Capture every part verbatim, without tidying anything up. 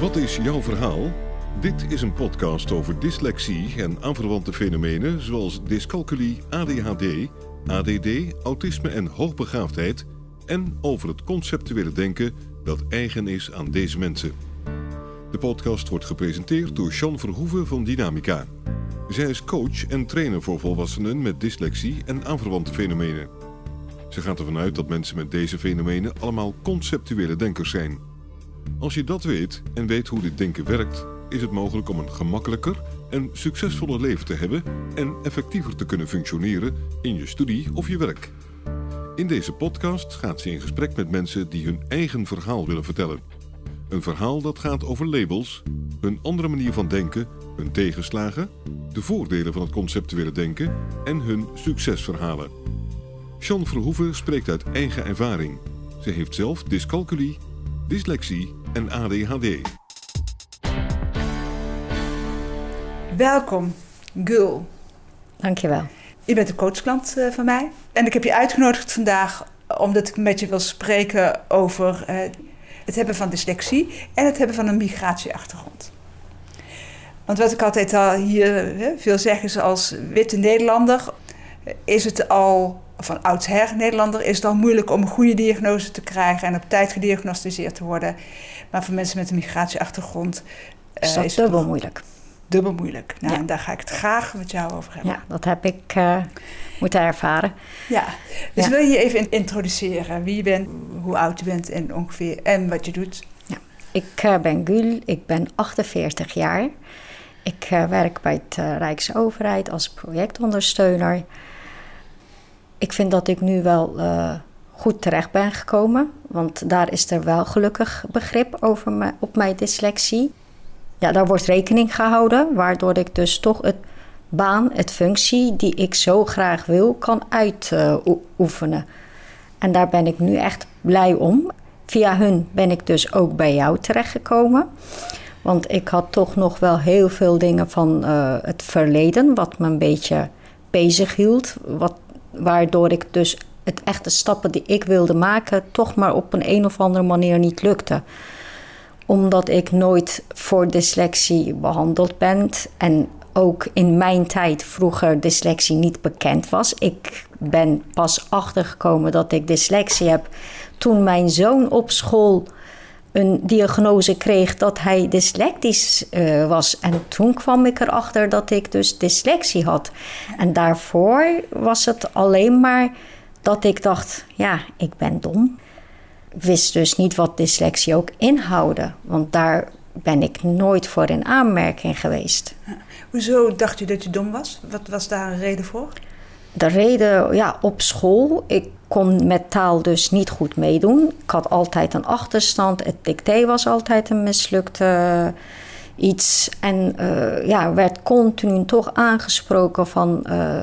Wat is jouw verhaal? Dit is een podcast over dyslexie en aanverwante fenomenen zoals dyscalculie, A D H D, A D D, autisme en hoogbegaafdheid en over het conceptuele denken dat eigen is aan deze mensen. De podcast wordt gepresenteerd door Jean Verhoeven van Dynamica. Zij is coach en trainer voor volwassenen met dyslexie en aanverwante fenomenen. Ze gaat ervan uit dat mensen met deze fenomenen allemaal conceptuele denkers zijn. Als je dat weet en weet hoe dit denken werkt, is het mogelijk om een gemakkelijker en succesvoller leven te hebben en effectiever te kunnen functioneren in je studie of je werk. In deze podcast gaat ze in gesprek met mensen die hun eigen verhaal willen vertellen. Een verhaal dat gaat over labels, hun andere manier van denken, hun tegenslagen, de voordelen van het conceptuele denken en hun succesverhalen. Jean Verhoeven spreekt uit eigen ervaring. Ze heeft zelf dyscalculie, dyslexie en A D H D. Welkom, Gul. Dankjewel. Je bent een coachklant uh, van mij. En ik heb je uitgenodigd vandaag omdat ik met je wil spreken over uh, het hebben van dyslexie en het hebben van een migratieachtergrond. Want wat ik altijd al hier uh, veel zeg is, als witte Nederlander is het al, van oudsher Nederlander, is het al moeilijk om een goede diagnose te krijgen en op tijd gediagnosticeerd te worden. Maar voor mensen met een migratieachtergrond uh, is dat is dubbel het moeilijk. Dubbel moeilijk. Nou, Ja. En daar ga ik het graag met jou over hebben. Ja, dat heb ik uh, moeten ervaren. Ja, dus Ja. wil je je even introduceren? Wie je bent, hoe oud je bent en ongeveer en wat je doet? Ja. Ik uh, ben Gül, ik ben achtenveertig jaar. Ik uh, werk bij de uh, Rijksoverheid als projectondersteuner. Ik vind dat ik nu wel uh, goed terecht ben gekomen, want daar is er wel gelukkig begrip over me, op mijn dyslexie. Ja, daar wordt rekening gehouden, waardoor ik dus toch het baan, het functie die ik zo graag wil, kan uitoefenen. En daar ben ik nu echt blij om. Via hun ben ik dus ook bij jou terechtgekomen. Want ik had toch nog wel heel veel dingen van uh, het verleden, wat me een beetje bezig hield. Wat, waardoor ik dus het echte stappen die ik wilde maken, toch maar op een, een of andere manier niet lukte. Omdat ik nooit voor dyslexie behandeld ben en ook in mijn tijd vroeger dyslexie niet bekend was. Ik ben pas achtergekomen dat ik dyslexie heb toen mijn zoon op school een diagnose kreeg dat hij dyslectisch uh, was. En toen kwam ik erachter dat ik dus dyslexie had. En daarvoor was het alleen maar dat ik dacht, ja, ik ben dom. Ik wist dus niet wat dyslexie ook inhoudde, want daar ben ik nooit voor in aanmerking geweest. Ja. Hoezo dacht je dat je dom was? Wat was daar een reden voor? De reden, ja, op school. Ik kon met taal dus niet goed meedoen. Ik had altijd een achterstand. Het dicté was altijd een mislukte uh, iets. En uh, ja, werd continu toch aangesproken van, uh,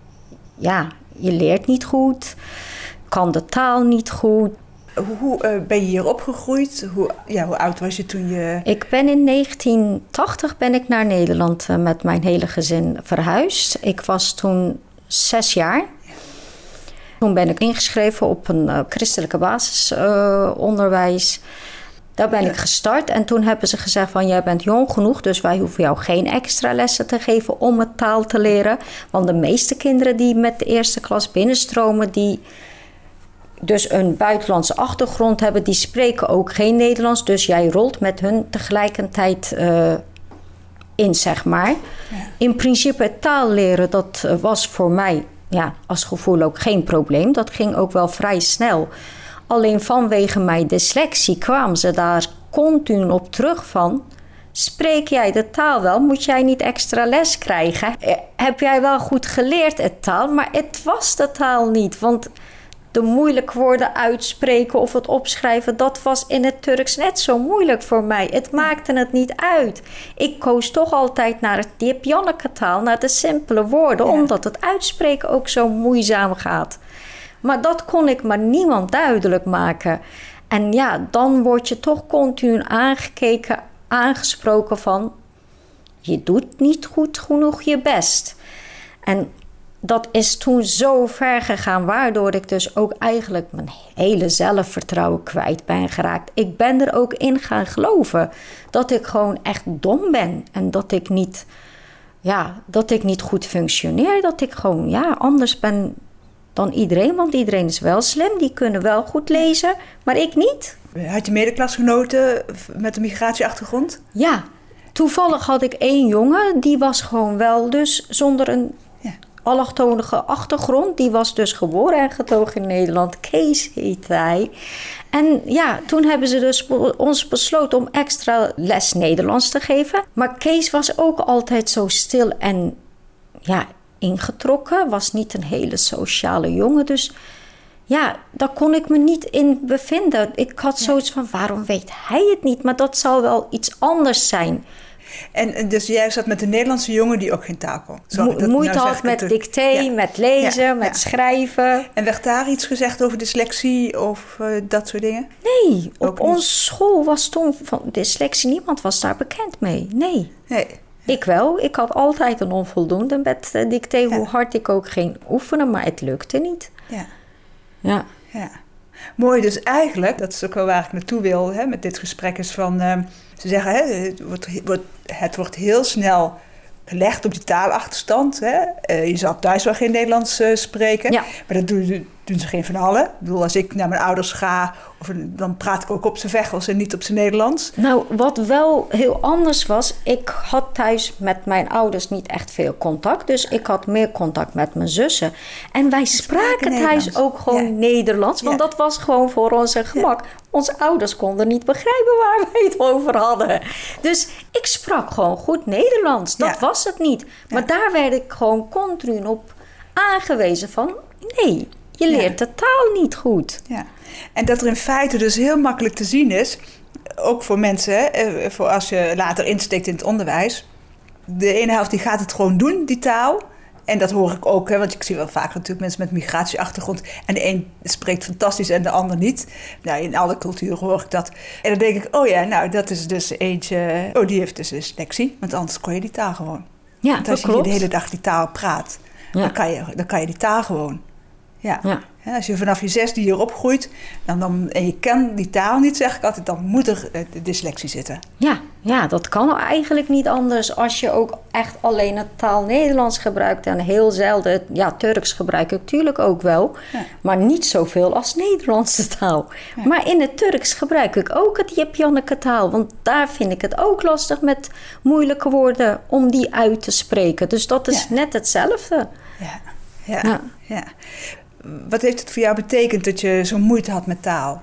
ja, je leert niet goed, kan de taal niet goed. Hoe, hoe uh, ben je hier opgegroeid? Hoe, ja, hoe oud was je toen je... Ik ben in negentien tachtig ben ik naar Nederland uh, met mijn hele gezin verhuisd. Ik was toen zes jaar. Ja. Toen ben ik ingeschreven op een uh, christelijke basisonderwijs. Uh, Daar ben ja. ik gestart en toen hebben ze gezegd van, jij bent jong genoeg, dus wij hoeven jou geen extra lessen te geven om het taal te leren. Want de meeste kinderen die met de eerste klas binnenstromen, die dus een buitenlandse achtergrond hebben, die spreken ook geen Nederlands. Dus jij rolt met hun tegelijkertijd uh, in, zeg maar. Ja. In principe het taal leren, dat uh, was voor mij ja, als gevoel ook geen probleem. Dat ging ook wel vrij snel. Alleen vanwege mijn dyslexie kwamen ze daar continu op terug van, spreek jij de taal wel? Moet jij niet extra les krijgen? Heb jij wel goed geleerd het taal? Maar het was de taal niet, want de moeilijke woorden uitspreken of het opschrijven, dat was in het Turks net zo moeilijk voor mij. Het maakte het niet uit. Ik koos toch altijd naar die Janneke taal, naar de simpele woorden, ja. Omdat het uitspreken ook zo moeizaam gaat. Maar dat kon ik maar niemand duidelijk maken. En ja, dan word je toch continu aangekeken, aangesproken van, je doet niet goed genoeg je best. En dat is toen zo ver gegaan, waardoor ik dus ook eigenlijk mijn hele zelfvertrouwen kwijt ben geraakt. Ik ben er ook in gaan geloven dat ik gewoon echt dom ben en dat ik niet, ja, dat ik niet goed functioneer. Dat ik gewoon ja, anders ben dan iedereen, want iedereen is wel slim, die kunnen wel goed lezen, maar ik niet. Had je medeklasgenoten met een migratieachtergrond? Ja, toevallig had ik één jongen, die was gewoon wel dus zonder een ja. allochtonige achtergrond. Die was dus geboren en getogen in Nederland. Kees heet hij. En ja, toen hebben ze dus ons besloten om extra les Nederlands te geven. Maar Kees was ook altijd zo stil en ja, ingetrokken. Was niet een hele sociale jongen, dus ja, daar kon ik me niet in bevinden. Ik had ja. zoiets van, waarom weet hij het niet? Maar dat zal wel iets anders zijn. En dus jij zat met een Nederlandse jongen die ook geen taal kon? Mo- dat moeite nou had met het, dicté, ja. met lezen, ja. met ja. schrijven. En werd daar iets gezegd over dyslexie of uh, dat soort dingen? Nee, ook op onze school was toen van dyslexie, niemand was daar bekend mee. Nee. nee. Ik wel. Ik had altijd een onvoldoende met uh, dicté, ja. hoe hard ik ook ging oefenen, maar het lukte niet. Ja. Ja. ja. Mooi, dus eigenlijk, dat is ook wel waar ik naartoe wil hè, met dit gesprek, is van, uh, ze zeggen, hè, het, wordt, wordt, het wordt heel snel gelegd op die taalachterstand. Hè. Uh, je zal thuis wel geen Nederlands uh, spreken, ja. maar dat doen, doen ze geen van allen. Ik bedoel, als ik naar mijn ouders ga, of, dan praat ik ook op zijn Veghels en niet op zijn Nederlands. Nou, wat wel heel anders was, ik had thuis met mijn ouders niet echt veel contact. Dus ik had meer contact met mijn zussen. En wij spraken thuis ook gewoon ja. Nederlands, want ja. dat was gewoon voor ons een gemak. Ja. Onze ouders konden niet begrijpen waar wij het over hadden. Dus ik sprak gewoon goed Nederlands. Dat ja. was het niet. Maar ja. daar werd ik gewoon continu op aangewezen van, nee, je leert ja. de taal niet goed. Ja. En dat er in feite dus heel makkelijk te zien is, ook voor mensen, hè, voor als je later insteekt in het onderwijs. De ene helft die gaat het gewoon doen, die taal. En dat hoor ik ook, hè, want ik zie wel vaak natuurlijk mensen met migratieachtergrond. En de een spreekt fantastisch en de ander niet. Nou, in alle culturen hoor ik dat. En dan denk ik, oh ja, nou, dat is dus eentje, oh, die heeft dus dyslexie. Want anders kon je die taal gewoon. Ja, want als dat je klopt. de hele dag die taal praat, ja. dan, kan je, dan kan je die taal gewoon. Ja. ja. Ja, als je vanaf je zesde hier opgroeit dan, dan, en je kent die taal niet, zeg ik altijd, dan moet er uh, dyslexie zitten. Ja, ja, dat kan eigenlijk niet anders als je ook echt alleen het taal Nederlands gebruikt en heel zelden, ja, Turks gebruik ik natuurlijk ook wel, ja. maar niet zoveel als Nederlandse taal. Ja. Maar in het Turks gebruik ik ook het Jip-Janneke taal, want daar vind ik het ook lastig met moeilijke woorden om die uit te spreken. Dus dat is ja. net hetzelfde. Ja, ja, ja. ja. Wat heeft het voor jou betekend dat je zo'n moeite had met taal?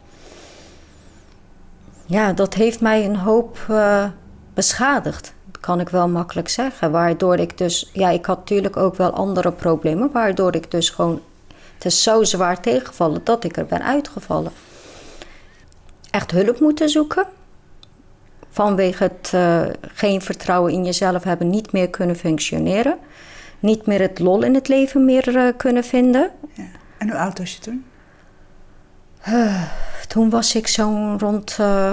Ja, dat heeft mij een hoop uh, beschadigd. Dat kan ik wel makkelijk zeggen. Waardoor ik dus... Ja, ik had natuurlijk ook wel andere problemen. Waardoor ik dus gewoon... Het is zo zwaar tegengevallen dat ik er ben uitgevallen. Echt hulp moeten zoeken. Vanwege het uh, geen vertrouwen in jezelf hebben, niet meer kunnen functioneren. Niet meer het lol in het leven meer uh, kunnen vinden. Ja. En hoe oud was je toen? Uh, toen was ik zo'n rond... Uh,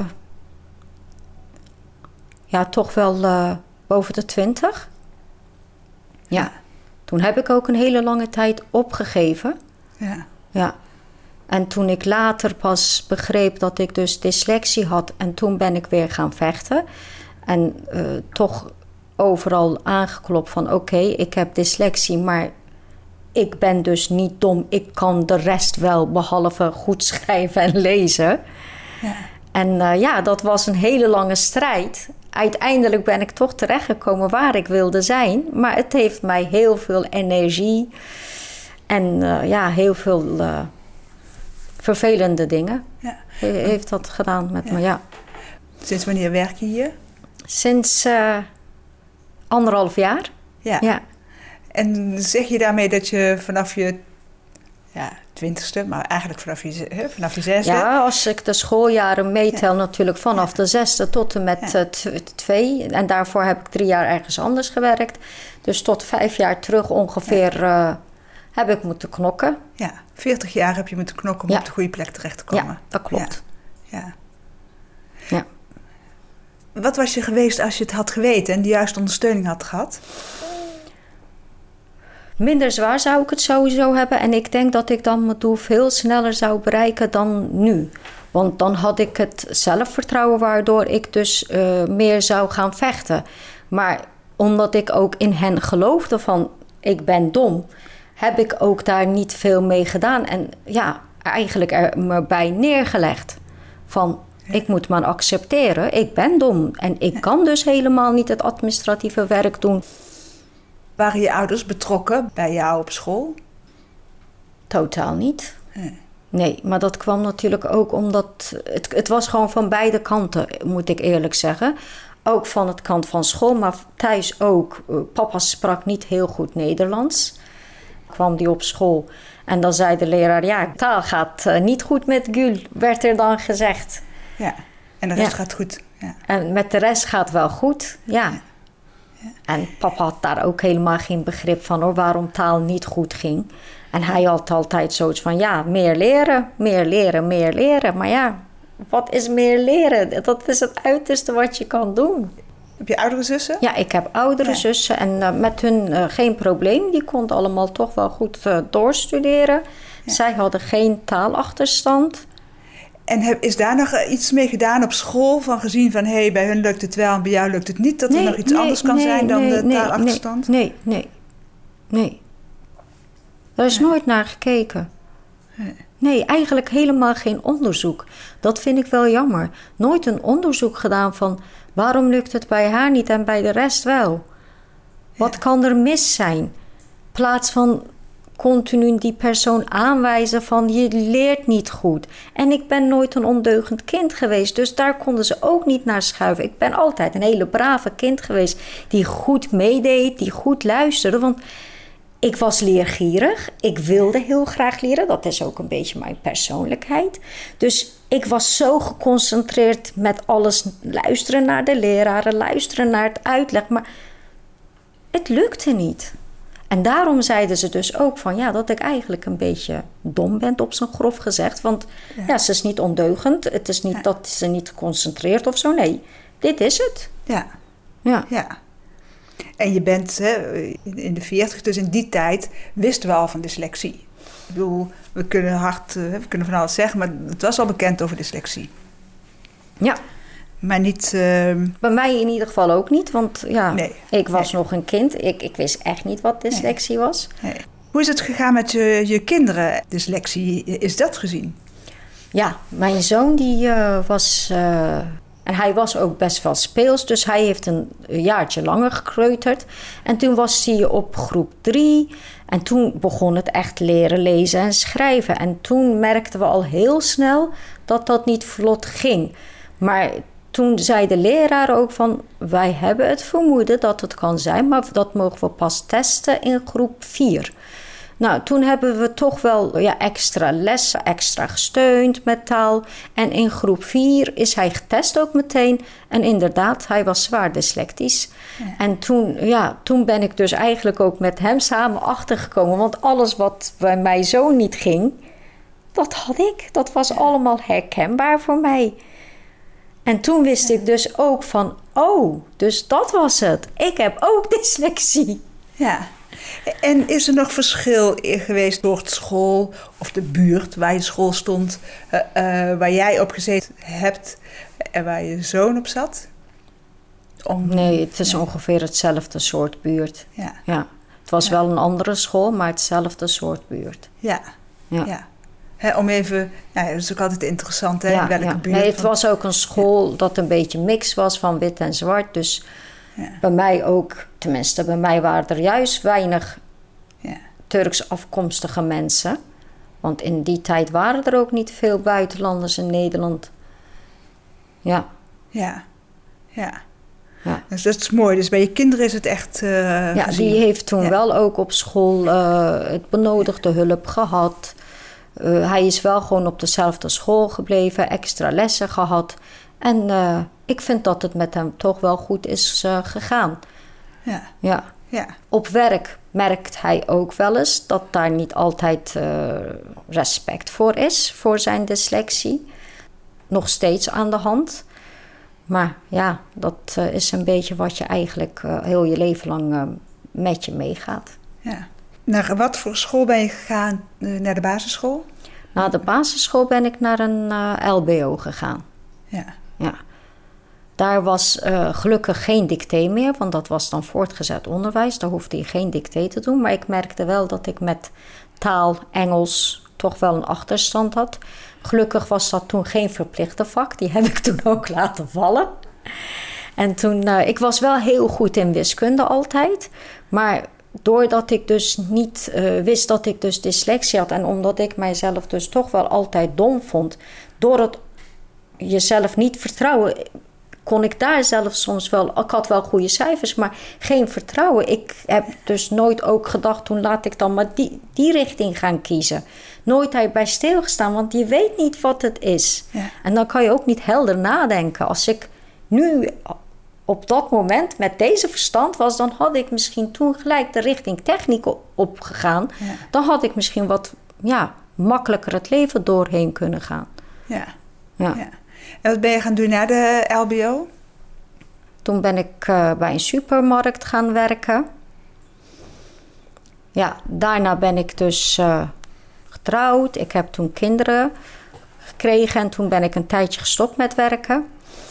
ja, toch wel uh, boven de twintig. Ja. ja. Toen heb ik ook een hele lange tijd opgegeven. Ja. Ja. En toen ik later pas begreep dat ik dus dyslexie had... en toen ben ik weer gaan vechten. En uh, toch... overal aangeklopt van oké, okay, ik heb dyslexie, maar ik ben dus niet dom. Ik kan de rest wel, behalve goed schrijven en lezen. Ja. En uh, ja, dat was een hele lange strijd. Uiteindelijk ben ik toch terechtgekomen waar ik wilde zijn. Maar het heeft mij heel veel energie en uh, ja, heel veel uh, vervelende dingen ja. He- heeft dat gedaan met ja. me, ja. Sinds wanneer werk je hier? Sinds... Uh, Anderhalf jaar. Ja. ja. En zeg je daarmee dat je vanaf je ja, twintigste, maar eigenlijk vanaf je, hè, vanaf je zesde... Ja, als ik de schooljaren meetel, ja. natuurlijk vanaf ja. de zesde tot en met ja. t- twee. En daarvoor heb ik drie jaar ergens anders gewerkt. Dus tot vijf jaar terug ongeveer ja. uh, heb ik moeten knokken. Ja, veertig jaar heb je moeten knokken om ja. op de goede plek terecht te komen. Ja, dat klopt. Ja. ja. ja. Wat was je geweest als je het had geweten en de juiste ondersteuning had gehad? Minder zwaar zou ik het sowieso hebben. En ik denk dat ik dan mijn doel veel sneller zou bereiken dan nu. Want dan had ik het zelfvertrouwen waardoor ik dus uh, meer zou gaan vechten. Maar omdat ik ook in hen geloofde van ik ben dom, heb ik ook daar niet veel mee gedaan. En ja, eigenlijk er me bij neergelegd. Van ik moet maar accepteren, ik ben dom. En ik kan dus helemaal niet het administratieve werk doen. Waren je ouders betrokken bij jou op school? Totaal niet. Nee. Nee, maar dat kwam natuurlijk ook omdat... Het, het was gewoon van beide kanten, moet ik eerlijk zeggen. Ook van het kant van school, maar thuis ook. Papa sprak niet heel goed Nederlands. Kwam die op school en dan zei de leraar... ja, taal gaat uh, niet goed met Gül, werd er dan gezegd. Ja, en de rest ja. gaat goed. Ja. En met de rest gaat wel goed, ja. Ja. Ja. En papa had daar ook helemaal geen begrip van, hoor, waarom taal niet goed ging. En hij had altijd zoiets van, ja, meer leren, meer leren, meer leren. Maar ja, wat is meer leren? Dat is het uiterste wat je kan doen. Heb je oudere zussen? Ja, ik heb oudere ja. zussen en uh, met hun uh, geen probleem. Die konden allemaal toch wel goed uh, doorstuderen. Ja. Zij hadden geen taalachterstand. En heb, is daar nog iets mee gedaan op school? Van gezien van, hé, hey, bij hun lukt het wel en bij jou lukt het niet. Dat nee, er nog iets nee, anders kan nee, zijn dan nee, de nee, taalachterstand? Nee, nee, nee. nee. Daar is ja. nooit naar gekeken. Nee. nee, eigenlijk helemaal geen onderzoek. Dat vind ik wel jammer. Nooit een onderzoek gedaan van... waarom lukt het bij haar niet en bij de rest wel? Wat ja. kan er mis zijn? In plaats van continu die persoon aanwijzen van... je leert niet goed. En ik ben nooit een ondeugend kind geweest. Dus daar konden ze ook niet naar schuiven. Ik ben altijd een hele brave kind geweest... die goed meedeed, die goed luisterde. Want... ik was leergierig. Ik wilde heel graag leren. Dat is ook een beetje mijn persoonlijkheid. Dus ik was zo geconcentreerd met alles. Luisteren naar de leraren. Luisteren naar het uitleg. Maar het lukte niet. En daarom zeiden ze dus ook van... ja, dat ik eigenlijk een beetje dom ben op zijn grof gezegd. Want ja, ja ze is niet ondeugend. Het is niet ja. dat ze niet concentreert of zo. Nee, dit is het. Ja. Ja. Ja. En je bent hè, in de veertig, dus in die tijd wisten we al van dyslexie. Ik bedoel, we kunnen hard, we kunnen van alles zeggen, maar het was al bekend over dyslexie. Ja. Maar niet... Uh... Bij mij in ieder geval ook niet, want ja, nee, ik was nee. nog een kind. Ik, ik wist echt niet wat dyslexie nee. was. Nee. Hoe is het gegaan met je, je kinderen, dyslexie? Is dat gezien? Ja, mijn zoon die uh, was... Uh, En hij was ook best wel speels, dus hij heeft een jaartje langer gekleuterd. En toen was hij op groep drie. En toen begon het echt leren lezen en schrijven. En toen merkten we al heel snel dat dat niet vlot ging. Maar toen zei de leraar ook van... wij hebben het vermoeden dat het kan zijn, maar dat mogen we pas testen in groep vier. Nou, toen hebben we toch wel ja, extra lessen, extra gesteund met taal. En in groep vier is hij getest ook meteen. En inderdaad, hij was zwaar dyslectisch. Ja. En toen, ja, toen ben ik dus eigenlijk ook met hem samen achtergekomen. Want alles wat bij mij zo niet ging, dat had ik. Dat was ja. allemaal herkenbaar voor mij. En toen wist ja. ik dus ook van, oh, dus dat was het. Ik heb ook dyslexie. Ja. En is er nog verschil geweest door de school of de buurt waar je school stond, uh, uh, waar jij op gezeten hebt en waar je zoon op zat? Om... Nee, het is nee. ongeveer hetzelfde soort buurt. Ja. Ja. Het was ja. wel een andere school, maar hetzelfde soort buurt. Ja, ja. ja. He, om even, ja, dat is ook altijd interessant, hè? Ja, in welke ja. buurt. Nee, het van... was ook een school ja. dat een beetje mix was van wit en zwart, dus... Ja. Bij mij ook, tenminste bij mij waren er juist weinig ja. Turks afkomstige mensen. Want in die tijd waren er ook niet veel buitenlanders in Nederland. Ja. Ja, ja. ja. Dus dat is mooi. Dus bij je kinderen is het echt uh, Ja, gezien. die heeft toen ja. wel ook op school uh, het benodigde ja. hulp gehad. Uh, hij is wel gewoon op dezelfde school gebleven, extra lessen gehad. En uh, ik vind dat het met hem toch wel goed is uh, gegaan. Ja. Ja. ja. Op werk merkt hij ook wel eens dat daar niet altijd uh, respect voor is, voor zijn dyslexie. Nog steeds aan de hand. Maar ja, dat uh, is een beetje wat je eigenlijk uh, heel je leven lang uh, met je meegaat. Ja. Naar wat voor school ben je gegaan? Uh, naar de basisschool? Na de basisschool ben ik naar een uh, L B O gegaan. Ja. Ja. Daar was uh, gelukkig geen dicté meer, want dat was dan voortgezet onderwijs. Daar hoefde je geen dicté te doen. Maar ik merkte wel dat ik met taal, Engels toch wel een achterstand had. Gelukkig was dat toen geen verplichte vak. Die heb ik toen ook laten vallen. En toen, uh, ik was wel heel goed in wiskunde altijd. Maar doordat ik dus niet uh, wist dat ik dus dyslexie had... en omdat ik mijzelf dus toch wel altijd dom vond... door het jezelf niet vertrouwen... kon ik daar zelf soms wel... Ik had wel goede cijfers, maar geen vertrouwen. Ik heb dus nooit ook gedacht... toen laat ik dan maar die, die richting gaan kiezen. Nooit daarbij stilgestaan, want je weet niet wat het is. Ja. En dan kan je ook niet helder nadenken. Als ik nu op dat moment met deze verstand was... dan had ik misschien toen gelijk de richting techniek opgegaan. Ja. Dan had ik misschien wat ja, makkelijker het leven doorheen kunnen gaan. Ja. Ja. Ja. En wat ben je gaan doen na de L B O? Toen ben ik uh, bij een supermarkt gaan werken. Ja, daarna ben ik dus uh, getrouwd. Ik heb toen kinderen gekregen en toen ben ik een tijdje gestopt met werken.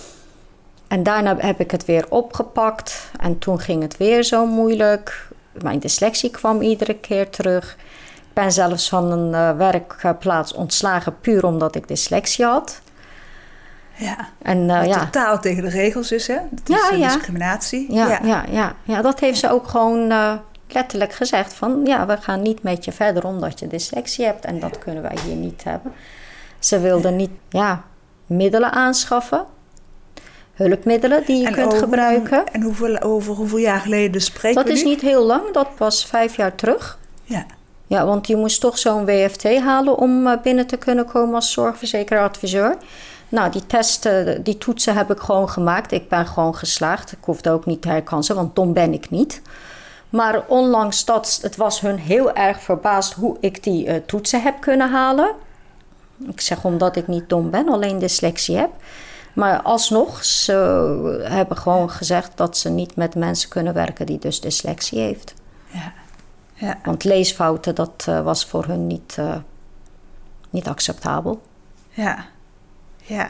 En daarna heb ik het weer opgepakt en toen ging het weer zo moeilijk. Mijn dyslexie kwam iedere keer terug. Ik ben zelfs van een uh, werkplaats ontslagen puur omdat ik dyslexie had. Ja, en, uh, wat ja. totaal tegen de regels is, hè? Dat is ja, uh, ja. discriminatie. Ja, ja. Ja, ja, ja, dat heeft ze ook gewoon uh, letterlijk gezegd. Van ja, we gaan niet met je verder omdat je dyslexie hebt. En dat kunnen wij hier niet hebben. Ze wilden niet ja, middelen aanschaffen. Hulpmiddelen die je en kunt over, gebruiken. En hoeveel, over hoeveel jaar geleden spreken dat we is nu? niet heel lang, dat was vijf jaar terug. Ja. Ja, want je moest toch zo'n W F T halen om binnen te kunnen komen als zorgverzekeraar-adviseur. Nou, die testen, die toetsen heb ik gewoon gemaakt. Ik ben gewoon geslaagd. Ik hoefde ook niet te herkansen, want dom ben ik niet. Maar ondanks dat, het was hun heel erg verbaasd hoe ik die uh, toetsen heb kunnen halen. Ik zeg omdat ik niet dom ben, alleen dyslexie heb. Maar alsnog, ze hebben gewoon gezegd dat ze niet met mensen kunnen werken die dus dyslexie heeft. Ja. Ja. Want leesfouten, dat uh, was voor hun niet, uh, niet acceptabel. Ja. Ja.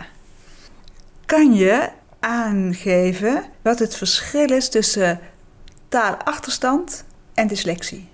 Kan je aangeven wat het verschil is tussen taalachterstand en dyslexie?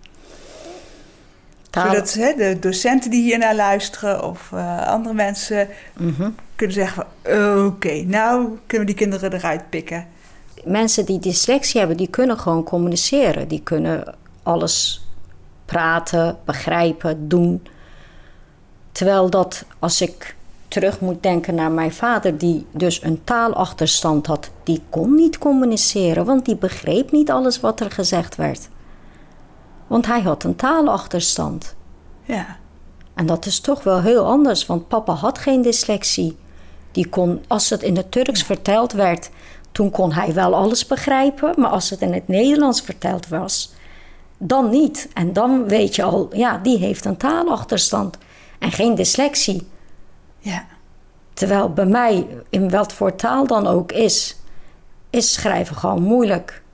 Taal... Zodat hè, de docenten die hier naar luisteren of uh, andere mensen mm-hmm. kunnen zeggen van oké, okay, nou kunnen we die kinderen eruit pikken. Mensen die dyslexie hebben, die kunnen gewoon communiceren. Die kunnen alles praten, begrijpen, doen. Terwijl dat als ik terug moet denken naar mijn vader, die dus een taalachterstand had, die kon niet communiceren, want die begreep niet alles wat er gezegd werd. Want hij had een taalachterstand. Ja. En dat is toch wel heel anders, want papa had geen dyslexie. Die kon, als het in het Turks ja. verteld werd, toen kon hij wel alles begrijpen, maar als het in het Nederlands verteld was, dan niet. En dan weet je al, ja, die heeft een taalachterstand en geen dyslexie. Ja. Terwijl bij mij, in wat voor taal dan ook is, is schrijven gewoon moeilijk.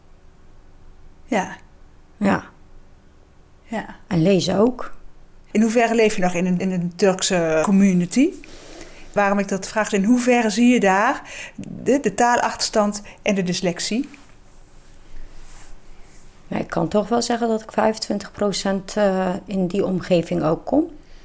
Ja. Ja. Ja. En lezen ook. In hoeverre leef je nog in een, in een Turkse community? Waarom ik dat vraag, is in hoeverre zie je daar de, de taalachterstand en de dyslexie? Ja, ik kan toch wel zeggen dat ik vijfentwintig procent uh, in die omgeving ook kom.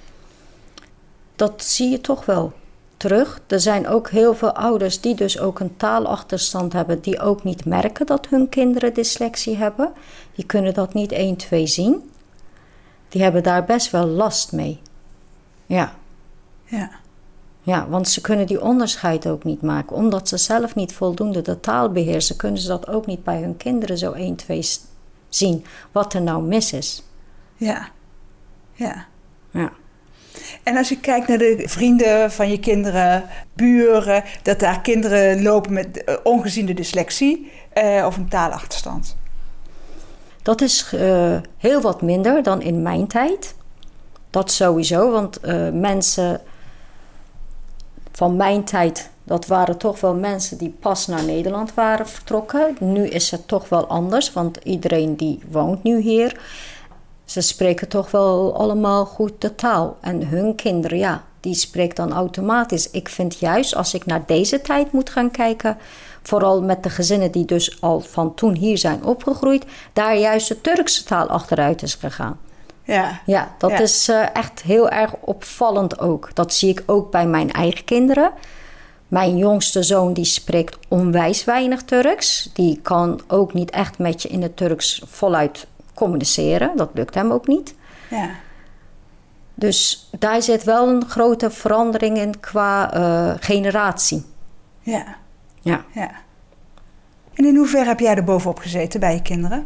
Dat zie je toch wel terug. Er zijn ook heel veel ouders die dus ook een taalachterstand hebben, die ook niet merken dat hun kinderen dyslexie hebben. Die kunnen dat niet één, twee zien. Die hebben daar best wel last mee. Ja. Ja. Ja, want ze kunnen die onderscheid ook niet maken. Omdat ze zelf niet voldoende de taal beheersen, kunnen ze dat ook niet bij hun kinderen zo één, twee zien. Wat er nou mis is. Ja. Ja. Ja. En als je kijkt naar de vrienden van je kinderen, buren, dat daar kinderen lopen met uh, ongeziene dyslexie uh, of een taalachterstand. Dat is uh, heel wat minder dan in mijn tijd. Dat sowieso, want uh, mensen van mijn tijd, dat waren toch wel mensen die pas naar Nederland waren vertrokken. Nu is het toch wel anders, want iedereen die woont nu hier. ze spreken toch wel allemaal goed de taal. En hun kinderen, ja, die spreekt dan automatisch. Ik vind juist, als ik naar deze tijd moet gaan kijken, vooral met de gezinnen die dus al van toen hier zijn opgegroeid, daar juist de Turkse taal achteruit is gegaan. Ja, ja dat ja. is uh, echt heel erg opvallend ook. Dat zie ik ook bij mijn eigen kinderen. Mijn jongste zoon die spreekt onwijs weinig Turks. Die kan ook niet echt met je in het Turks voluit communiceren. Dat lukt hem ook niet. Ja. Dus daar zit wel een grote verandering in qua uh, generatie. Ja. Ja. ja. En in hoeverre heb jij er bovenop gezeten bij je kinderen?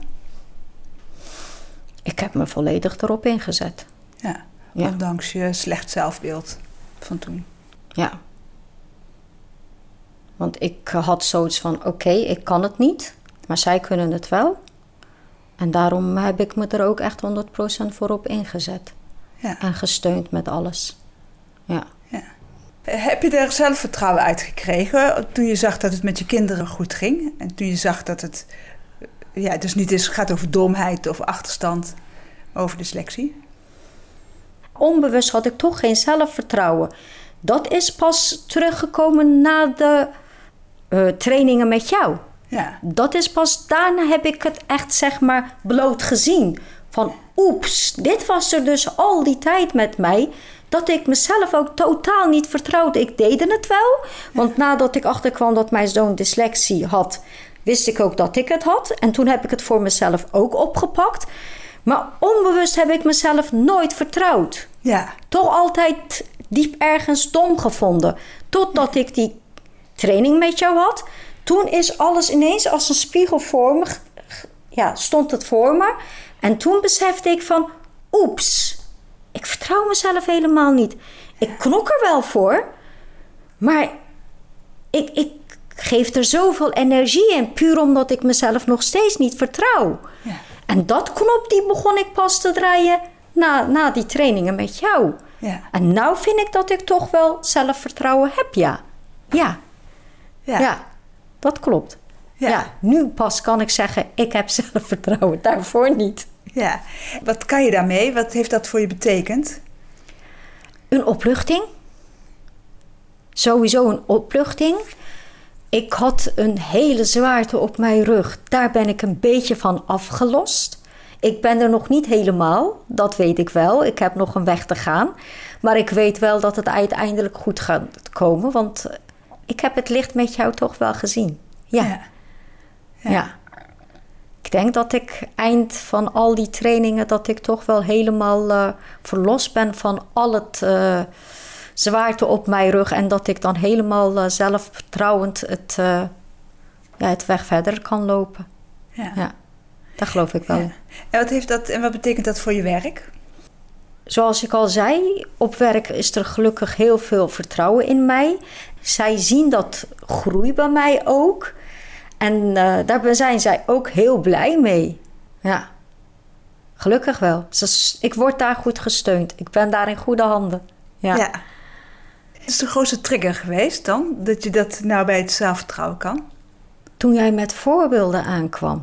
Ik heb me volledig erop ingezet. Ja, ja. ondanks je slecht zelfbeeld van toen. Ja. Want ik had zoiets van, oké, okay, ik kan het niet, maar zij kunnen het wel. En daarom heb ik me er ook echt honderd procent voor op ingezet. Ja. En gesteund met alles. Ja. ja. Heb je er zelfvertrouwen uit gekregen toen je zag dat het met je kinderen goed ging? En toen je zag dat het ja, dus niet is, gaat over domheid of achterstand, maar over dyslexie? Onbewust had ik toch geen zelfvertrouwen. Dat is pas teruggekomen na de uh, trainingen met jou. Ja. Dat is pas daarna heb ik het echt zeg maar bloot gezien. Van oeps, dit was er dus al die tijd met mij. Dat ik mezelf ook totaal niet vertrouwde. Ik deed het wel. Want ja. nadat ik achterkwam dat mijn zoon dyslexie had, wist ik ook dat ik het had. En toen heb ik het voor mezelf ook opgepakt. Maar onbewust heb ik mezelf nooit vertrouwd. Ja. Toch altijd diep ergens dom gevonden. Totdat ik die training met jou had. Toen is alles ineens als een spiegel voor me. Ja, stond het voor me. En toen besefte ik van, oeps, ik vertrouw mezelf helemaal niet. Ik knok er wel voor, maar ik, ik geef er zoveel energie in, puur omdat ik mezelf nog steeds niet vertrouw. Ja. En dat knop die begon ik pas te draaien na, na die trainingen met jou. Ja. En nou vind ik dat ik toch wel zelfvertrouwen heb, ja. Ja, ja. ja dat klopt. Ja. ja, nu pas kan ik zeggen, ik heb zelfvertrouwen, daarvoor niet. Ja, wat kan je daarmee? Wat heeft dat voor je betekend? Een opluchting. Sowieso een opluchting. Ik had een hele zwaarte op mijn rug. Daar ben ik een beetje van afgelost. Ik ben er nog niet helemaal, dat weet ik wel. Ik heb nog een weg te gaan. Maar ik weet wel dat het uiteindelijk goed gaat komen. Want ik heb het licht met jou toch wel gezien. Ja. Ja. ja. ja. Ik denk dat ik eind van al die trainingen, dat ik toch wel helemaal uh, verlost ben van al het uh, zwaarte op mijn rug. En dat ik dan helemaal uh, zelfvertrouwend het, uh, ja, het weg verder kan lopen. Ja. ja dat geloof ik wel. Ja. En, wat heeft dat, en wat betekent dat voor je werk? Zoals ik al zei, op werk is er gelukkig heel veel vertrouwen in mij. Zij zien dat groei bij mij ook. En uh, daar zijn zij ook heel blij mee. Ja, gelukkig wel. Dus ik word daar goed gesteund. Ik ben daar in goede handen. Ja. ja. Wat is de grootste trigger geweest dan? Dat je dat nou bij het zelfvertrouwen kan? Toen jij met voorbeelden aankwam.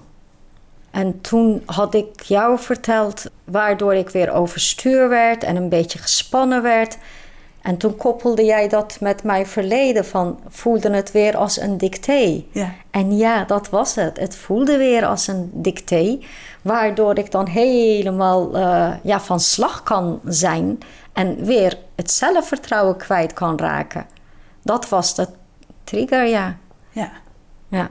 En toen had ik jou verteld waardoor ik weer overstuur werd en een beetje gespannen werd. En toen koppelde jij dat met mijn verleden van voelde het weer als een dicté. Ja. En ja, dat was het. Het voelde weer als een dicté. Waardoor ik dan helemaal uh, ja, van slag kan zijn. En weer het zelfvertrouwen kwijt kan raken. Dat was de trigger, ja. Ja. Ja.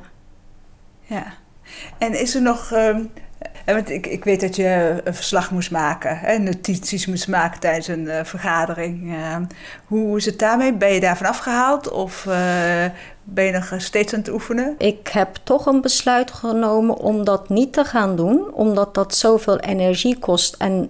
Ja. En is er nog... Um, want ik, ik weet dat je een verslag moest maken. Hè, notities moest maken tijdens een uh, vergadering. Uh, hoe is het daarmee? Ben je daarvan afgehaald? Of uh, ben je nog steeds aan het oefenen? Ik heb toch een besluit genomen om dat niet te gaan doen. Omdat dat zoveel energie kost. En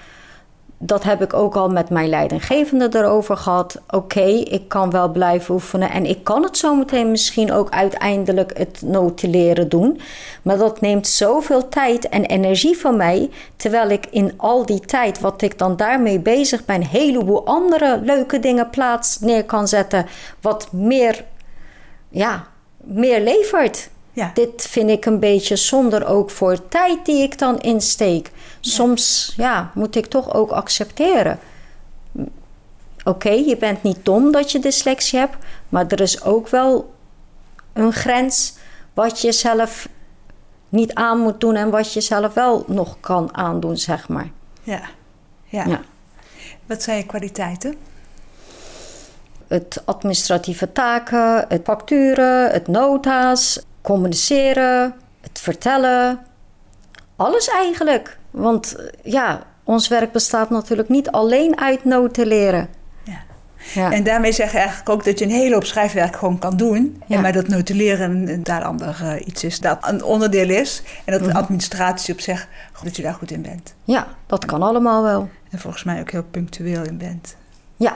dat heb ik ook al met mijn leidinggevende erover gehad. Oké, okay, ik kan wel blijven oefenen. En ik kan het zometeen misschien ook uiteindelijk het notuleren doen. Maar dat neemt zoveel tijd en energie van mij. Terwijl ik in al die tijd, wat ik dan daarmee bezig ben, een heleboel andere leuke dingen plaats neer kan zetten. Wat meer, ja, meer levert. Ja. Dit vind ik een beetje zonde ook voor tijd die ik dan insteek. Soms ja, moet ik toch ook accepteren. Oké, okay, je bent niet dom dat je dyslexie hebt, maar er is ook wel een grens wat je zelf niet aan moet doen en wat je zelf wel nog kan aandoen, zeg maar. Ja. Ja. ja. Wat zijn je kwaliteiten? Het administratieve taken, het facturen, het nota's, communiceren, het vertellen. Alles eigenlijk. Want ja, ons werk bestaat natuurlijk niet alleen uit notuleren. Ja. Ja. En daarmee zeg je eigenlijk ook dat je een hele hoop schrijfwerk gewoon kan doen. Ja. En maar dat notuleren daar ander uh, iets is. Dat een onderdeel is. En dat de administratie op zich, dat je daar goed in bent. Ja, dat kan allemaal wel. En volgens mij ook heel punctueel in bent. Ja.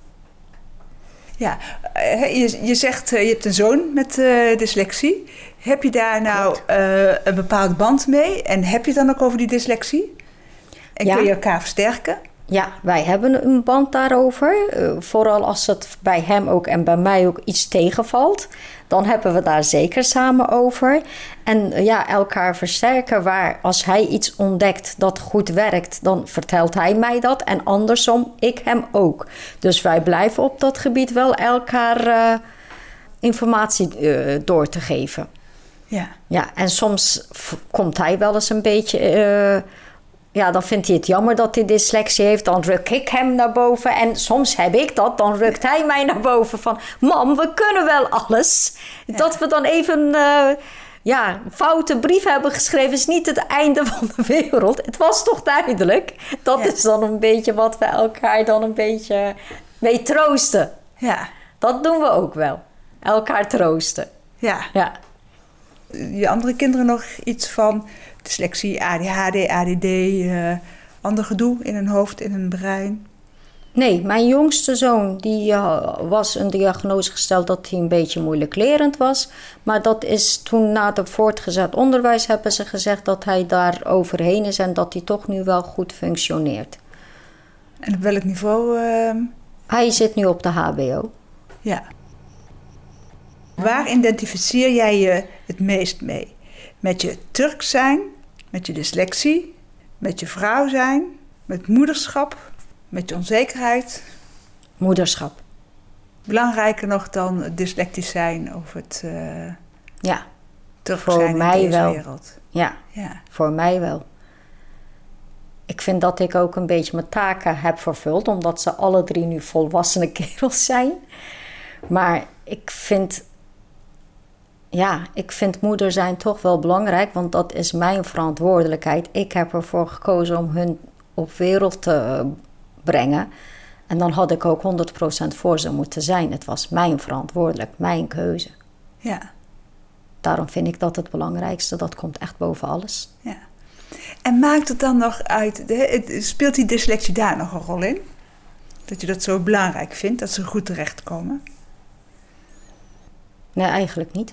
Ja, je, je zegt, je hebt een zoon met uh, dyslexie. Heb je daar nou uh, een bepaalde band mee? En heb je het dan ook over die dyslexie? En ja. kun je elkaar versterken? Ja, wij hebben een band daarover. Uh, vooral als het bij hem ook en bij mij ook iets tegenvalt. Dan hebben we daar zeker samen over. En uh, ja, elkaar versterken. Waar als hij iets ontdekt dat goed werkt, dan vertelt hij mij dat. En andersom, ik hem ook. Dus wij blijven op dat gebied wel elkaar uh, informatie uh, door te geven. Ja. Ja, en soms f- komt hij wel eens een beetje... Uh, Ja, dan vindt hij het jammer dat hij dyslexie heeft. Dan ruk ik hem naar boven. En soms heb ik dat. Dan rukt hij mij naar boven van... Mam, we kunnen wel alles. Ja. Dat we dan even uh, ja, een foute brief hebben geschreven... is niet het einde van de wereld. Het was toch duidelijk? Dat ja. is dan een beetje wat we elkaar dan een beetje mee troosten. Ja. Dat doen we ook wel. Elkaar troosten. Ja. Ja. Je andere kinderen nog iets van... dyslexie, A D H D, A D D, uh, ander gedoe in hun hoofd, in hun brein? Nee, mijn jongste zoon, die uh, was een diagnose gesteld dat hij een beetje moeilijk lerend was. Maar dat is toen na het voortgezet onderwijs hebben ze gezegd dat hij daar overheen is en dat hij toch nu wel goed functioneert. En op welk niveau? Uh... Hij zit nu op de H B O. Ja. Waar identificeer jij je het meest mee? Met je Turk zijn, met je dyslexie, met je vrouw zijn, met moederschap, met je onzekerheid? Moederschap. Belangrijker nog dan dyslectisch zijn of het uh, ja, Turk voor zijn mij in deze wel. wereld? Ja, ja, voor mij wel. Ik vind dat ik ook een beetje mijn taken heb vervuld, omdat ze alle drie nu volwassene kerels zijn. Maar ik vind... Ja, ik vind moeder zijn toch wel belangrijk, want dat is mijn verantwoordelijkheid. Ik heb ervoor gekozen om hun op wereld te brengen. En dan had ik ook honderd procent voor ze moeten zijn. Het was mijn verantwoordelijk, mijn keuze. Ja. Daarom vind ik dat het belangrijkste, dat komt echt boven alles. Ja. En maakt het dan nog uit, speelt die dyslexie daar nog een rol in? Dat je dat zo belangrijk vindt, dat ze goed terechtkomen? Nee, eigenlijk niet.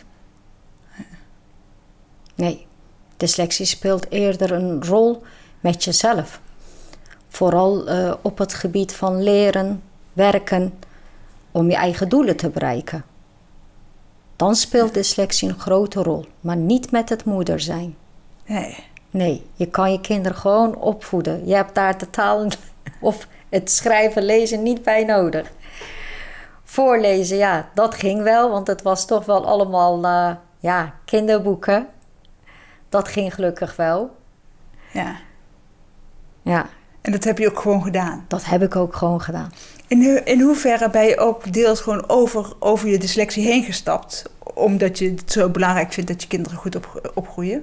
Nee, dyslexie speelt eerder een rol met jezelf. Vooral uh, op het gebied van leren, werken, om je eigen doelen te bereiken. Dan speelt dyslexie een grote rol, maar niet met het moeder zijn. Nee. Nee, je kan je kinderen gewoon opvoeden. Je hebt daar de taal of het schrijven, lezen niet bij nodig. Voorlezen, ja, dat ging wel, want het was toch wel allemaal uh, ja, kinderboeken. Dat ging gelukkig wel. Ja. Ja. En dat heb je ook gewoon gedaan? Dat heb ik ook gewoon gedaan. In, in hoeverre ben je ook deels gewoon over, over je dyslexie heen gestapt? Omdat je het zo belangrijk vindt dat je kinderen goed op, opgroeien?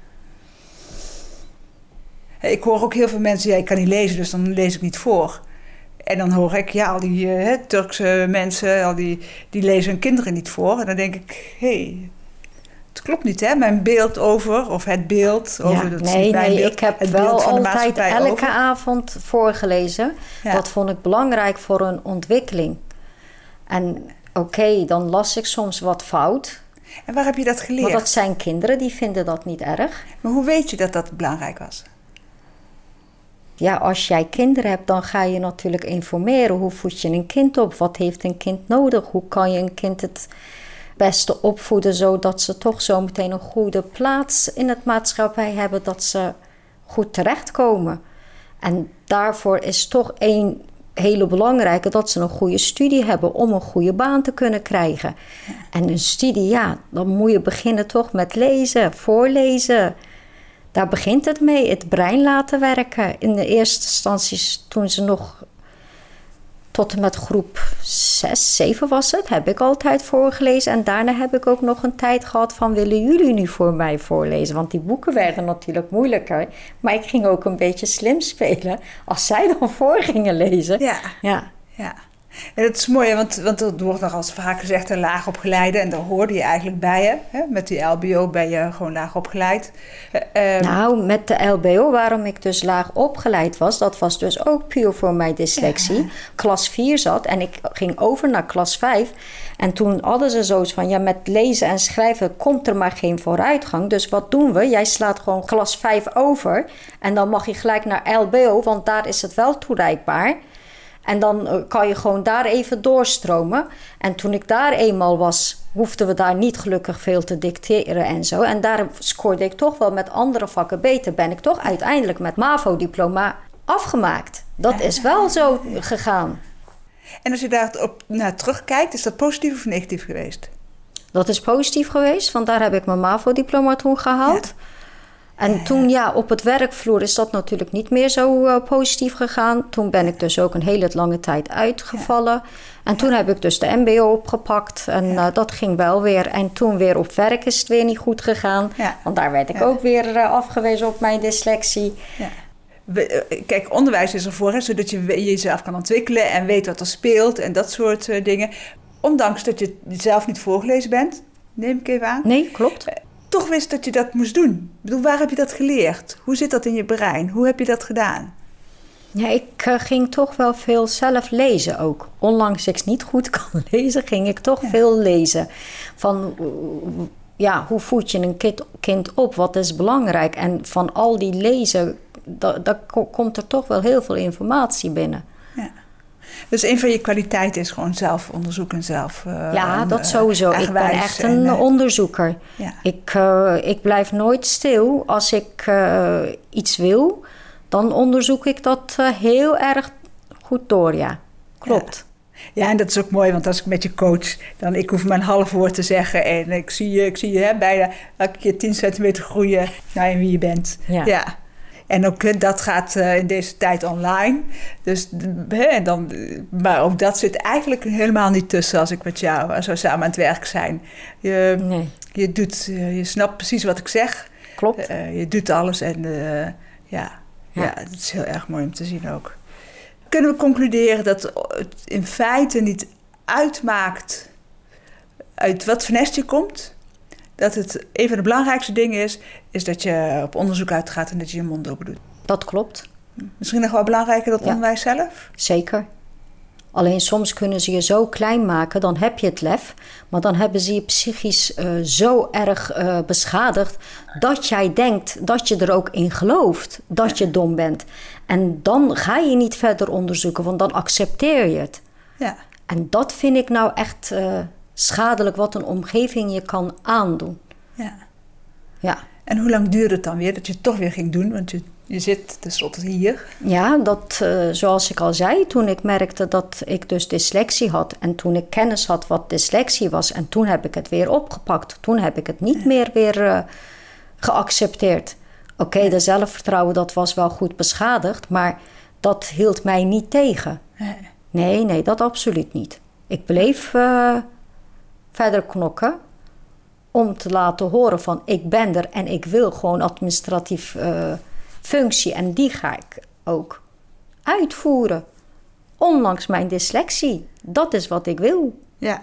Ik hoor ook heel veel mensen, ja, ik kan niet lezen, dus dan lees ik niet voor. En dan hoor ik, ja, al die uh, Turkse mensen, al die, die lezen hun kinderen niet voor. En dan denk ik, hé, hey, het klopt niet, hè? Mijn beeld over, of het beeld over... Ja, dat nee, is mijn nee, beeld, ik heb het wel altijd elke over. avond voorgelezen. Ja. Dat vond ik belangrijk voor hun ontwikkeling. En oké, okay, dan las ik soms wat fout. En waar heb je dat geleerd? Maar dat zijn kinderen, die vinden dat niet erg. Maar hoe weet je dat dat belangrijk was? Ja, als jij kinderen hebt, dan ga je natuurlijk informeren. Hoe voed je een kind op? Wat heeft een kind nodig? Hoe kan je een kind het beste opvoeden, zodat ze toch zo meteen een goede plaats in het maatschappij hebben, dat ze goed terechtkomen. En daarvoor is toch één hele belangrijke, dat ze een goede studie hebben om een goede baan te kunnen krijgen. Ja. En een studie, ja, dan moet je beginnen toch met lezen, voorlezen. Daar begint het mee, het brein laten werken. In de eerste instantie, toen ze nog tot en met groep zes, zeven was het, heb ik altijd voorgelezen. En daarna heb ik ook nog een tijd gehad van, willen jullie nu voor mij voorlezen? Want die boeken werden natuurlijk moeilijker. Maar ik ging ook een beetje slim spelen als zij dan voor gingen lezen. Ja, ja. ja. En dat is mooi, want, want er wordt nog als vaak gezegd een laag opgeleide. En daar hoorde je eigenlijk bij je. Hè? Met die L B O ben je gewoon laag opgeleid. Uh, nou, met de L B O, waarom ik dus laag opgeleid was, dat was dus ook puur voor mijn dyslexie. Ja. Klas vier zat en ik ging over naar klas vijf. En toen hadden ze zoiets van, ja, met lezen en schrijven komt er maar geen vooruitgang. Dus wat doen we? Jij slaat gewoon klas vijf over. En dan mag je gelijk naar L B O, want daar is het wel toereikbaar. En dan kan je gewoon daar even doorstromen. En toen ik daar eenmaal was, hoefden we daar niet gelukkig veel te dicteren en zo. En daar scoorde ik toch wel met andere vakken beter. Ben ik toch uiteindelijk met MAVO-diploma afgemaakt. Dat is wel zo gegaan. En als je daarop naar terugkijkt, is dat positief of negatief geweest? Dat is positief geweest, want daar heb ik mijn MAVO-diploma toen gehaald. Ja. En toen, ja, op het werkvloer is dat natuurlijk niet meer zo uh, positief gegaan. Toen ben ik dus ook een hele lange tijd uitgevallen. Ja. En toen ja. heb ik dus de M B O opgepakt. En ja. uh, dat ging wel weer. En toen weer op werk is het weer niet goed gegaan. Ja. Want daar werd ik ja. ook weer uh, afgewezen op mijn dyslexie. Ja. Kijk, onderwijs is ervoor, hè, zodat je jezelf kan ontwikkelen en weet wat er speelt en dat soort uh, dingen. Ondanks dat je zelf niet voorgelezen bent, neem ik even aan. Nee, klopt. Uh, toch wist dat je dat moest doen. Ik bedoel, waar heb je dat geleerd? Hoe zit dat in je brein? Hoe heb je dat gedaan? Ja, ik uh, ging toch wel veel zelf lezen ook. Ondanks ik niet goed kan lezen, ging ik toch ja. veel lezen. Van, uh, ja, hoe voed je een kind, kind op? Wat is belangrijk? En van al die lezen, daar komt er toch wel heel veel informatie binnen. Ja. Dus een van je kwaliteiten is gewoon zelf onderzoeken en zelf... Uh, ja, dat sowieso. Ik ben echt een en, uh, onderzoeker. Ja. Ik, uh, ik blijf nooit stil. Als ik uh, iets wil, dan onderzoek ik dat uh, heel erg goed door, ja. Klopt. Ja. Ja, en dat is ook mooi, want als ik met je coach, dan ik hoef maar een half woord te zeggen en ik zie je, ik zie je hè, bijna elke keer tien centimeter groeien naar wie je bent. Ja. ja. En ook dat gaat uh, in deze tijd online. Dus, hè, dan, maar ook dat zit eigenlijk helemaal niet tussen als ik met jou zo samen aan het werk zijn. Je, nee. je, doet, je snapt precies wat ik zeg. Klopt. Uh, je doet alles en uh, ja, ja. ja, het is heel erg mooi om te zien ook. Kunnen we concluderen dat het in feite niet uitmaakt uit wat voor nest je komt? Dat het een van de belangrijkste dingen is, is dat je op onderzoek uitgaat en dat je je mond open doet. Dat klopt. Misschien nog wel belangrijker dan het ja. onderwijs zelf? Zeker. Alleen soms kunnen ze je zo klein maken, dan heb je het lef. Maar dan hebben ze je psychisch uh, zo erg uh, beschadigd dat jij denkt dat je er ook in gelooft. Dat ja. je dom bent. En dan ga je niet verder onderzoeken, want dan accepteer je het. Ja. En dat vind ik nou echt... Uh, schadelijk wat een omgeving je kan aandoen. Ja. ja. En hoe lang duurde het dan weer dat je het toch weer ging doen? Want je, je zit tenslotte hier. Ja, dat, uh, zoals ik al zei, toen ik merkte dat ik dus dyslexie had... en toen ik kennis had wat dyslexie was... en toen heb ik het weer opgepakt. Toen heb ik het niet ja. meer weer uh, geaccepteerd. Oké, okay, ja. de zelfvertrouwen dat was wel goed beschadigd... maar dat hield mij niet tegen. Nee, nee, nee dat absoluut niet. Ik bleef... Uh, verder knokken om te laten horen van ik ben er en ik wil gewoon administratief uh, functie en die ga ik ook uitvoeren. Ondanks mijn dyslexie. Dat is wat ik wil. Ja.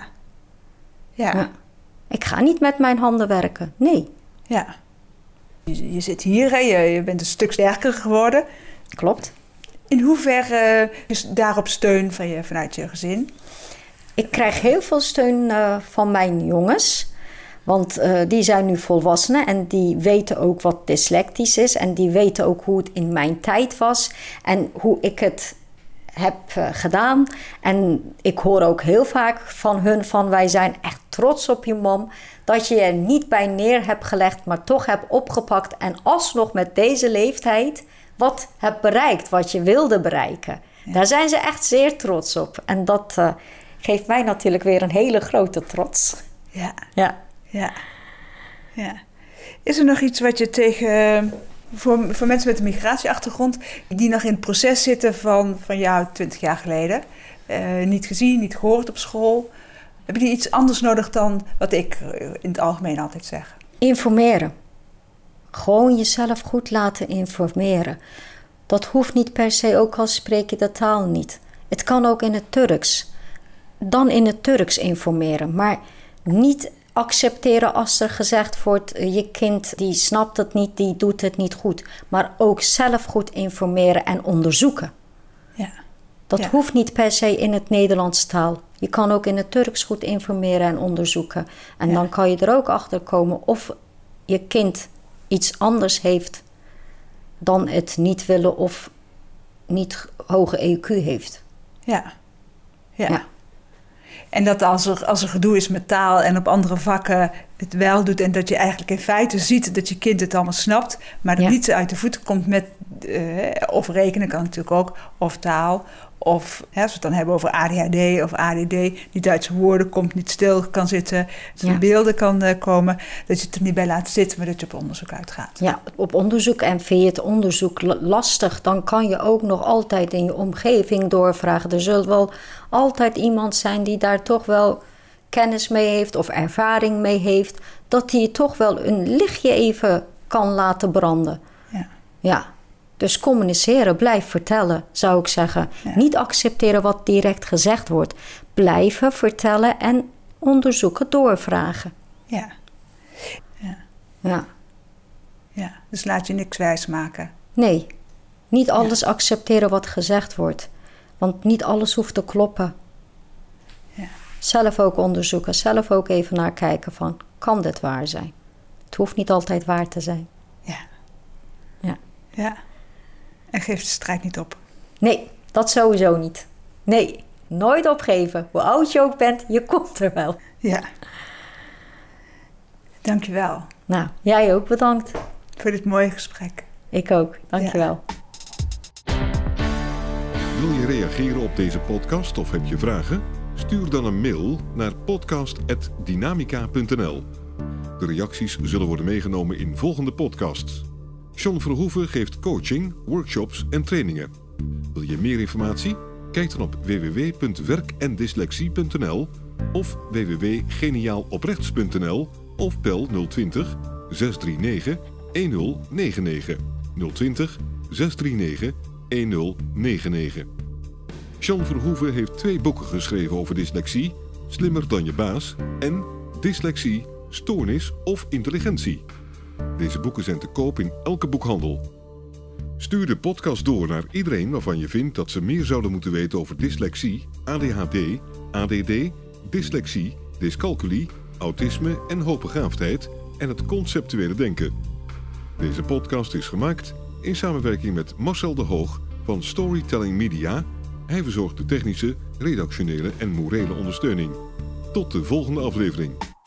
Ja. ja. Ik ga niet met mijn handen werken. Nee. Ja. Je, je zit hier, hè? Je, je bent een stuk sterker geworden. Klopt. In hoeverre is daarop steun van je, vanuit je gezin? Ik krijg heel veel steun uh, van mijn jongens. Want uh, die zijn nu volwassenen en die weten ook wat dyslectisch is. En die weten ook hoe het in mijn tijd was. En hoe ik het heb uh, gedaan. En ik hoor ook heel vaak van hun van... wij zijn echt trots op je mom. Dat je er niet bij neer hebt gelegd... maar toch hebt opgepakt... en alsnog met deze leeftijd... wat hebt bereikt, wat je wilde bereiken. Ja. Daar zijn ze echt zeer trots op. En dat uh, geeft mij natuurlijk weer een hele grote trots. Ja. Ja. Ja. Ja. Is er nog iets wat je tegen... Voor, voor mensen met een migratieachtergrond... die nog in het proces zitten van, van jou twintig jaar geleden... Uh, niet gezien, niet gehoord op school... Hebben die iets anders nodig dan wat ik in het algemeen altijd zeg? Informeren. Gewoon jezelf goed laten informeren. Dat hoeft niet per se, ook al spreek je de taal niet. Het kan ook in het Turks. Dan in het Turks informeren. Maar niet accepteren als er gezegd wordt... je kind die snapt het niet, die doet het niet goed. Maar ook zelf goed informeren en onderzoeken. Ja. Dat ja. hoeft niet per se in het Nederlandse taal. Je kan ook in het Turks goed informeren en onderzoeken. En ja. dan kan je er ook achter komen of je kind iets anders heeft... dan het niet willen of niet hoge E Q heeft. Ja. Ja. ja. En dat als er, als er gedoe is met taal en op andere vakken het wel doet... en dat je eigenlijk in feite ziet dat je kind het allemaal snapt... maar dat ja. niet uit de voeten komt met... Uh, of rekenen kan natuurlijk ook, of taal... of hè, als we het dan hebben over A D H D of A D D... niet uit zijn woorden komt, niet stil kan zitten... zijn ja. beelden kan uh, komen... dat je het er niet bij laat zitten, maar dat je op onderzoek uitgaat. Ja, op onderzoek. En vind je het onderzoek lastig... dan kan je ook nog altijd in je omgeving doorvragen. Er zult wel altijd iemand zijn die daar toch wel kennis mee heeft... of ervaring mee heeft... dat die je toch wel een lichtje even kan laten branden. Ja. Ja. Dus communiceren, blijf vertellen, zou ik zeggen. Ja. Niet accepteren wat direct gezegd wordt. Blijven vertellen en onderzoeken, doorvragen. Ja. Ja. Ja. Ja. Dus laat je niks wijsmaken. Nee. Niet alles ja. accepteren wat gezegd wordt. Want niet alles hoeft te kloppen. Ja. Zelf ook onderzoeken. Zelf ook even naar kijken van, kan dit waar zijn? Het hoeft niet altijd waar te zijn. Ja. Ja. Ja. En geef de strijd niet op. Nee, dat sowieso niet. Nee, nooit opgeven. Hoe oud je ook bent, je komt er wel. Ja. Dank je wel. Nou, jij ook bedankt. Voor dit mooie gesprek. Ik ook, dank je wel. Wil je reageren op deze podcast of heb je vragen? Stuur dan een mail naar podcast apenstaartje dynamica punt n l. De reacties zullen worden meegenomen in volgende podcasts. John Verhoeven geeft coaching, workshops en trainingen. Wil je meer informatie? Kijk dan op w w w punt werk en dyslexie punt n l of w w w punt geniaaloprechts punt n l of bel nul twintig, zes drie negen, een nul negen negen. nul twintig, zes drie negen, een nul negen negen. John Verhoeven heeft twee boeken geschreven over dyslexie, Slimmer dan je baas en Dyslexie, stoornis of intelligentie. Deze boeken zijn te koop in elke boekhandel. Stuur de podcast door naar iedereen waarvan je vindt dat ze meer zouden moeten weten over dyslexie, A D H D, A D D, dyslexie, dyscalculie, autisme en hoogbegaafdheid en het conceptuele denken. Deze podcast is gemaakt in samenwerking met Marcel de Hoog van Storytelling Media. Hij verzorgt de technische, redactionele en morele ondersteuning. Tot de volgende aflevering.